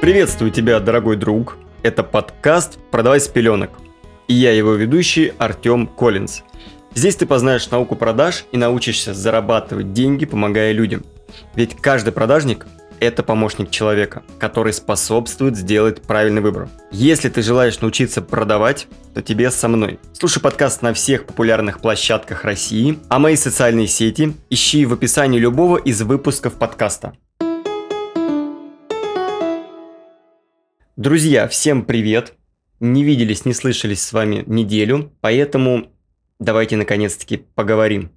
Приветствую тебя, дорогой друг. Это подкаст «Продавай с пеленок». И я его ведущий Артем Коллинз. Здесь ты познаешь науку продаж и научишься зарабатывать деньги, помогая людям. Ведь каждый продажник – это помощник человека, который способствует сделать правильный выбор. Если ты желаешь научиться продавать, то тебе со мной. Слушай подкаст на всех популярных площадках России, а мои социальные сети ищи в описании любого из выпусков подкаста. Друзья, всем привет! Не виделись, не слышались с вами неделю, поэтому давайте наконец-таки поговорим.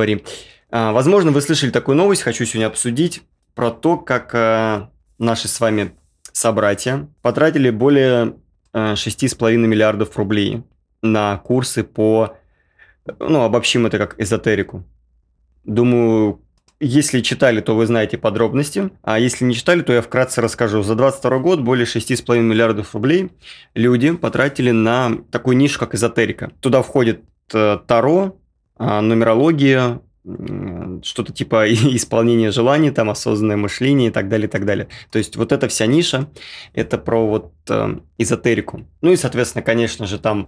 Возможно, вы слышали такую новость, хочу сегодня обсудить про то, как наши с вами собратья потратили более 6,5 миллиардов рублей на курсы по, обобщим это как эзотерику. Думаю, если читали, то вы знаете подробности, а если не читали, то я вкратце расскажу. За 2022 год более 6,5 миллиардов рублей люди потратили на такую нишу, как эзотерика. Туда входит таро, нумерология, что-то типа исполнения желаний, там осознанное мышление и так далее, и так далее. То есть вот эта вся ниша, это про эзотерику. Ну и, соответственно, конечно же, там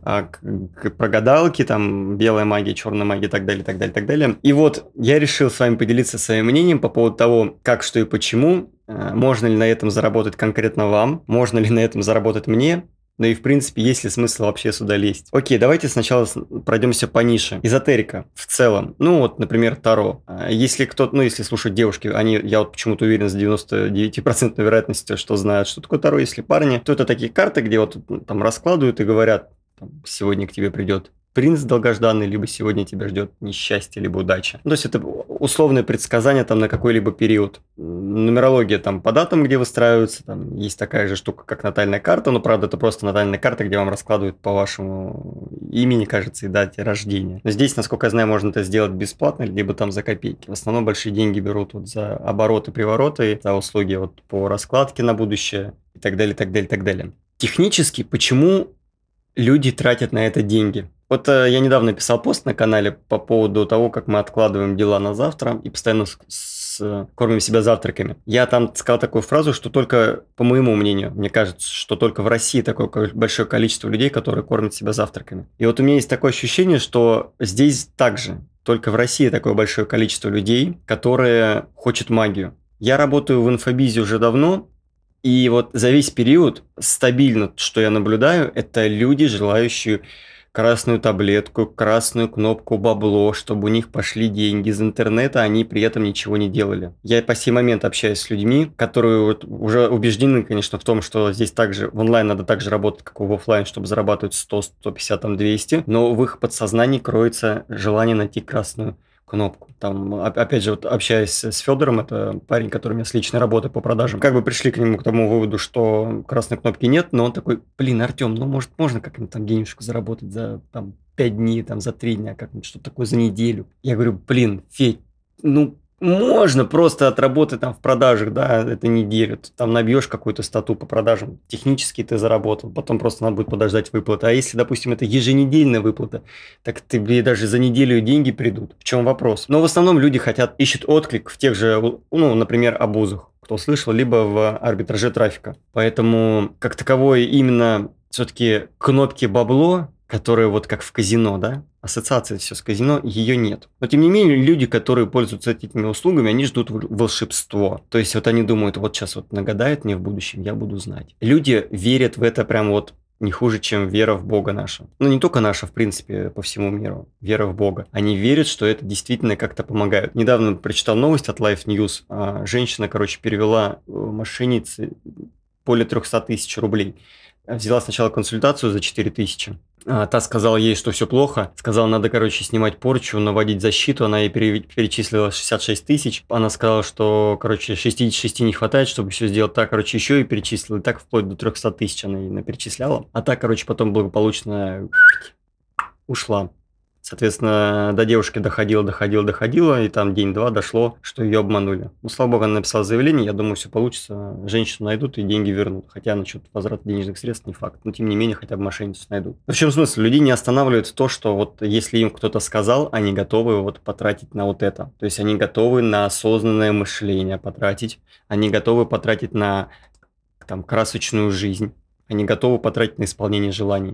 про гадалки, там белая магия, черная магия и так далее, и так далее, и так далее. И вот я решил с вами поделиться своим мнением по поводу того, как, что и почему, можно ли на этом заработать конкретно вам, можно ли на этом заработать мне. Ну и, в принципе, есть ли смысл вообще сюда лезть? Окей, давайте сначала пройдемся по нише. Эзотерика в целом. Например, таро. Если кто-то, если слушают девушки, я почему-то уверен с 99% вероятностью, что знают, что такое таро. Если парни, то это такие карты, где там раскладывают и говорят, сегодня к тебе придет принц долгожданный, либо сегодня тебя ждет несчастье, либо удача. То есть это условное предсказание на какой-либо период. Нумерология по датам, где выстраиваются, есть такая же штука, как натальная карта, но правда это просто натальная карта, где вам раскладывают по вашему имени, кажется, и дате рождения. Но здесь, насколько я знаю, можно это сделать бесплатно, либо за копейки. В основном большие деньги берут за обороты, привороты, за услуги по раскладке на будущее и так далее, и так далее, и так далее. Технически, почему люди тратят на это деньги? Я недавно писал пост на канале по поводу того, как мы откладываем дела на завтра и постоянно кормим себя завтраками. Я там сказал такую фразу, что только, по моему мнению, мне кажется, что только в России такое большое количество людей, которые кормят себя завтраками. И у меня есть такое ощущение, что здесь также, только в России такое большое количество людей, которые хотят магию. Я работаю в инфобизе уже давно, и за весь период стабильно, что я наблюдаю, это люди, желающие красную таблетку, красную кнопку бабло, чтобы у них пошли деньги из интернета, они при этом ничего не делали. Я по сей момент общаюсь с людьми, которые уже убеждены, конечно, в том, что здесь также в онлайн надо так же работать, как и в офлайн, чтобы зарабатывать 100, 150, 200, но в их подсознании кроется желание найти красную кнопку. Опять же, общаясь с Федором, это парень, который у меня с личной работы по продажам, пришли к нему к тому выводу, что красной кнопки нет, но он такой, Артем, может, можно как-нибудь денежку заработать за 5 дней, за 3 дня, как-нибудь что-то такое за неделю. Я говорю, Федь, можно просто отработать в продажах, да, это неделю. Ты набьешь какую-то стату по продажам, технически ты заработал, потом просто надо будет подождать выплаты. А если, допустим, это еженедельная выплата, так тебе даже за неделю деньги придут. В чем вопрос? Но в основном люди ищут отклик в тех же, например, обузах, кто слышал, либо в арбитраже трафика. Поэтому, как таковой, именно все-таки кнопки бабло, которые как в казино, да, ассоциация все с казино, ее нет. Но тем не менее, люди, которые пользуются этими услугами, они ждут волшебство. То есть они думают, сейчас нагадает мне в будущем, я буду знать. Люди верят в это прям не хуже, чем вера в Бога наша. Не только наша, в принципе, по всему миру. Вера в Бога. Они верят, что это действительно как-то помогает. Недавно прочитал новость от Life News. Женщина, перевела мошеннице более 300 тысяч рублей. Взяла сначала консультацию за 4 тысячи. Та сказала ей, что все плохо. Сказала, надо, снимать порчу, наводить защиту. Она ей перечислила 66 тысяч. Она сказала, что, 66 не хватает, чтобы все сделать так. Еще и перечислила. И так вплоть до 300 тысяч она ей перечисляла. А так, потом благополучно ушла. Соответственно, до девушки доходило, и день-два дошло, что ее обманули. Слава богу, она написала заявление, я думаю, все получится, женщину найдут и деньги вернут. Хотя насчет возврата денежных средств не факт, но тем не менее хотя бы мошенницу найдут. В чем смысл? Людей не останавливает то, что если им кто-то сказал, они готовы потратить на это. То есть они готовы на осознанное мышление потратить, они готовы потратить на там, красочную жизнь. Они готовы потратить на исполнение желаний.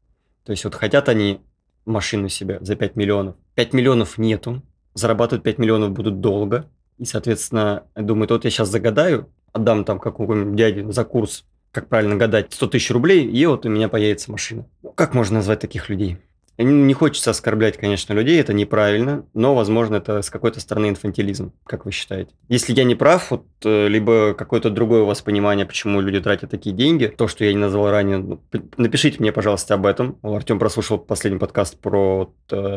То есть вот хотят они машину себе за 5 миллионов. 5 миллионов нету. Зарабатывать 5 миллионов будут долго. И, соответственно, думают, вот я сейчас загадаю, отдам там какому-нибудь дяде за курс, как правильно гадать, 100 тысяч рублей, и вот у меня появится машина. Ну, как можно назвать таких людей? Не хочется оскорблять, конечно, людей, это неправильно, но, возможно, это с какой-то стороны инфантилизм, как вы считаете. Если я не прав, вот, либо какое-то другое у вас понимание, почему люди тратят такие деньги, то, что я не назвал ранее, ну, напишите мне, пожалуйста, об этом. Артем прослушал последний подкаст про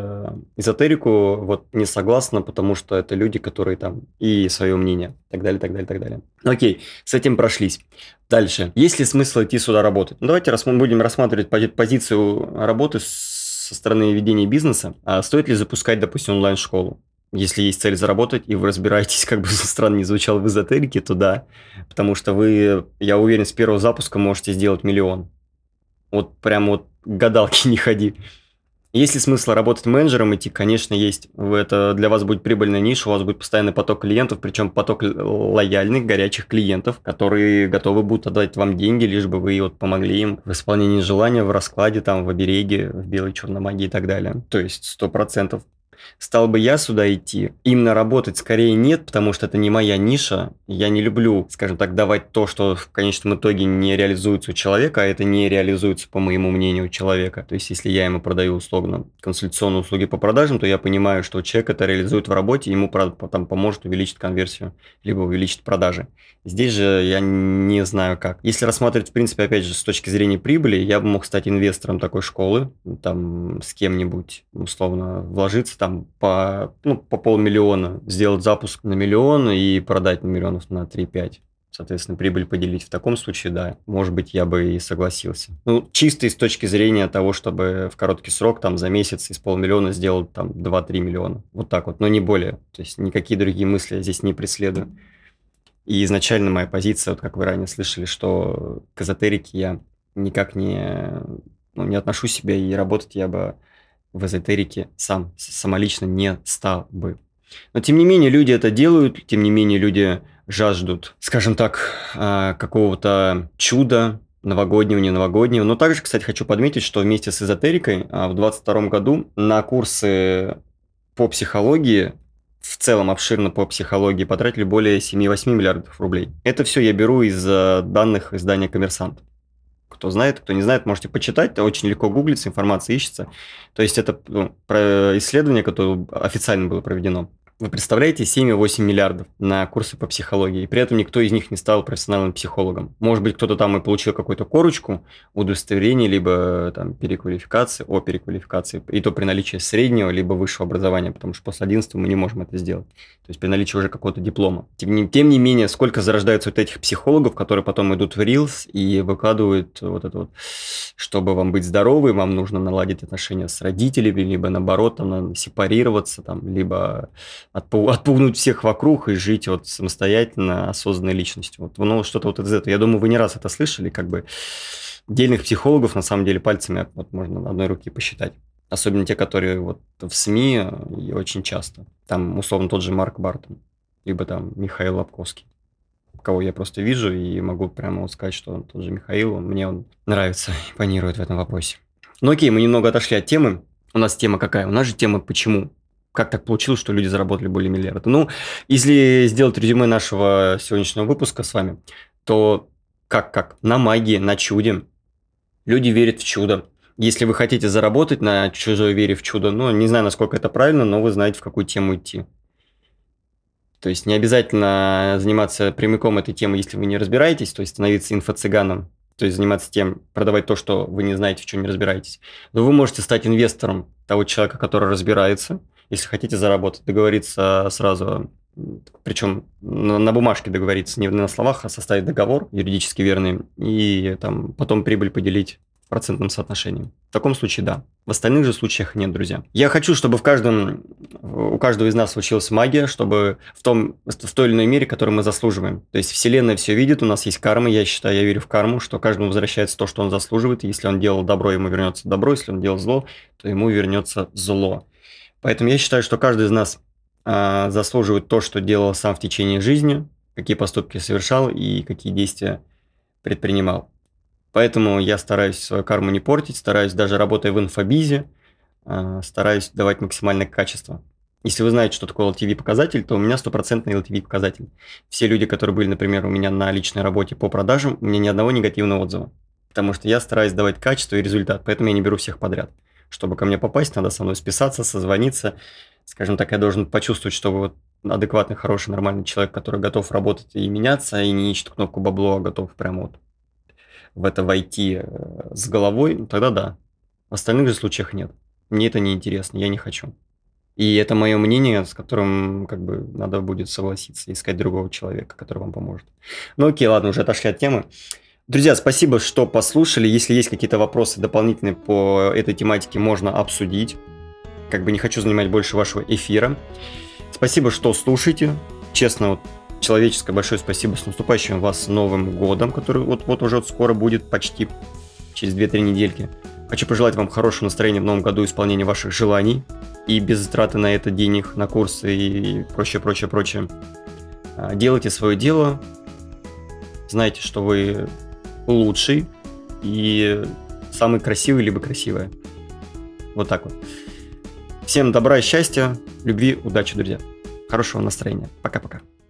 эзотерику, вот не согласна, потому что это люди, которые там и свое мнение, так далее, так далее, так далее. Окей, с этим прошлись. Дальше. Есть ли смысл идти сюда работать? Ну, давайте будем рассматривать позицию работы со стороны ведения бизнеса. А стоит ли запускать, допустим, онлайн-школу? Если есть цель заработать, и вы разбираетесь, как бы странно не звучало, в эзотерике, то да. Потому что вы, я уверен, с первого запуска можете сделать 1 миллион. Вот прям вот к гадалке не ходи. Есть ли смысл работать менеджером идти? Конечно, есть. Это для вас будет прибыльная ниша, у вас будет постоянный поток клиентов, причем поток лояльных, горячих клиентов, которые готовы будут отдать вам деньги, лишь бы вы вот помогли им в исполнении желания, в раскладе, там, в обереге, в белой черной магии и так далее. То есть 100%. Стал бы я сюда идти? Именно работать скорее нет, потому что это не моя ниша. Я не люблю, скажем так, давать то, что в конечном итоге не реализуется у человека, а это не реализуется, по моему мнению, у человека. То есть, если я ему продаю условно консультационные услуги по продажам, то я понимаю, что человек это реализует в работе, ему там поможет увеличить конверсию, либо увеличить продажи. Здесь же я не знаю как. Если рассматривать, в принципе, опять же, с точки зрения прибыли, я бы мог стать инвестором такой школы, там, с кем-нибудь, условно, вложиться там по 500 000, сделать запуск на 1 миллион и продать на миллионов на 3-5. Соответственно, прибыль поделить в таком случае, да, может быть, я бы и согласился. Ну, чисто с точки зрения того, чтобы в короткий срок, там, за месяц из 500 000 сделать там 2-3 миллиона. Вот так вот, но не более. То есть, никакие другие мысли я здесь не преследую. И изначально моя позиция, вот как вы ранее слышали, что к эзотерике я никак не отношу себя, и работать я бы в эзотерике самолично не стал бы. Но тем не менее люди это делают, тем не менее люди жаждут, скажем так, какого-то чуда, новогоднего, не новогоднего. Но также, кстати, хочу подметить, что вместе с эзотерикой в 2022 году на курсы по психологии, в целом обширно по психологии, потратили более 7-8 миллиардов рублей. Это все я беру из данных издания «Коммерсант». Кто знает, кто не знает, можете почитать. Это очень легко гуглится, информация ищется. То есть это про исследование, которое официально было проведено. Вы представляете, 7,8 миллиардов на курсы по психологии, и при этом никто из них не стал профессиональным психологом. Может быть, кто-то там и получил какую-то корочку, удостоверение, либо там переквалификации, и то при наличии среднего, либо высшего образования, потому что после 11 мы не можем это сделать. То есть при наличии уже какого-то диплома. Тем не менее, сколько зарождается вот этих психологов, которые потом идут в Reels и выкладывают вот это вот, чтобы вам быть здоровым, вам нужно наладить отношения с родителями, либо наоборот, там, надо сепарироваться, там, либо отпугнуть всех вокруг и жить вот самостоятельно, осознанной личностью. Вот, ну, что-то вот из этого. Я думаю, вы не раз это слышали, как бы дельных психологов, на самом деле, пальцами вот можно на одной руке посчитать. Особенно те, которые вот в СМИ и очень часто. Там, условно, тот же Марк Бартон, либо там Михаил Лобковский, кого я просто вижу и могу прямо вот сказать, что он тот же Михаил, мне он нравится, импонирует в этом вопросе. Ну окей, мы немного отошли от темы. У нас тема какая? У нас же тема «Почему?». Как так получилось, что люди заработали более миллиарда? Ну, если сделать резюме нашего сегодняшнего выпуска с вами, то как? На магии, на чуде. Люди верят в чудо. Если вы хотите заработать на чужой вере в чудо, ну, не знаю, насколько это правильно, но вы знаете, в какую тему идти. То есть не обязательно заниматься прямиком этой темой, если вы не разбираетесь, то есть становиться инфо-цыганом, то есть заниматься тем, продавать то, что вы не знаете, в чем не разбираетесь. Но вы можете стать инвестором того человека, который разбирается, если хотите заработать, договориться сразу, причем на бумажке договориться, не на словах, а составить договор юридически верный, и там потом прибыль поделить в процентном соотношении. В таком случае да. В остальных же случаях нет, друзья. Я хочу, чтобы у каждого из нас случилась магия, чтобы в той или иной мере, которую мы заслуживаем. То есть Вселенная все видит, у нас есть карма, я верю в карму, что каждому возвращается то, что он заслуживает. Если он делал добро, ему вернется добро, если он делал зло, то ему вернется зло. Поэтому я считаю, что каждый из нас заслуживает то, что делал сам в течение жизни, какие поступки совершал и какие действия предпринимал. Поэтому я стараюсь свою карму не портить, стараюсь, даже работая в инфобизе, стараюсь давать максимальное качество. Если вы знаете, что такое LTV-показатель, то у меня стопроцентный LTV-показатель. Все люди, которые были, например, у меня на личной работе по продажам, у меня ни одного негативного отзыва. Потому что я стараюсь давать качество и результат, поэтому я не беру всех подряд. Чтобы ко мне попасть, надо со мной списаться, созвониться. Скажем так, я должен почувствовать, что вы вот адекватный, хороший, нормальный человек, который готов работать и меняться, и не ищет кнопку бабло, а готов прямо вот в это войти с головой, ну, тогда да. В остальных же случаях нет. Мне это не интересно, я не хочу. И это мое мнение, с которым как бы надо будет согласиться, искать другого человека, который вам поможет. Ну окей, ладно, уже отошли от темы. Друзья, спасибо, что послушали. Если есть какие-то вопросы дополнительные по этой тематике, можно обсудить. Как бы не хочу занимать больше вашего эфира. Спасибо, что слушаете. Честно, вот, человеческое большое спасибо. С наступающим вас Новым годом, который вот уже скоро будет, почти через 2-3 недельки. Хочу пожелать вам хорошего настроения в новом году, исполнения ваших желаний. И без траты на это денег, на курсы и прочее. Делайте свое дело. Знайте, что вы лучший и самый красивый, либо красивая. Вот так вот. Всем добра и счастья, любви, удачи, друзья. Хорошего настроения. Пока-пока.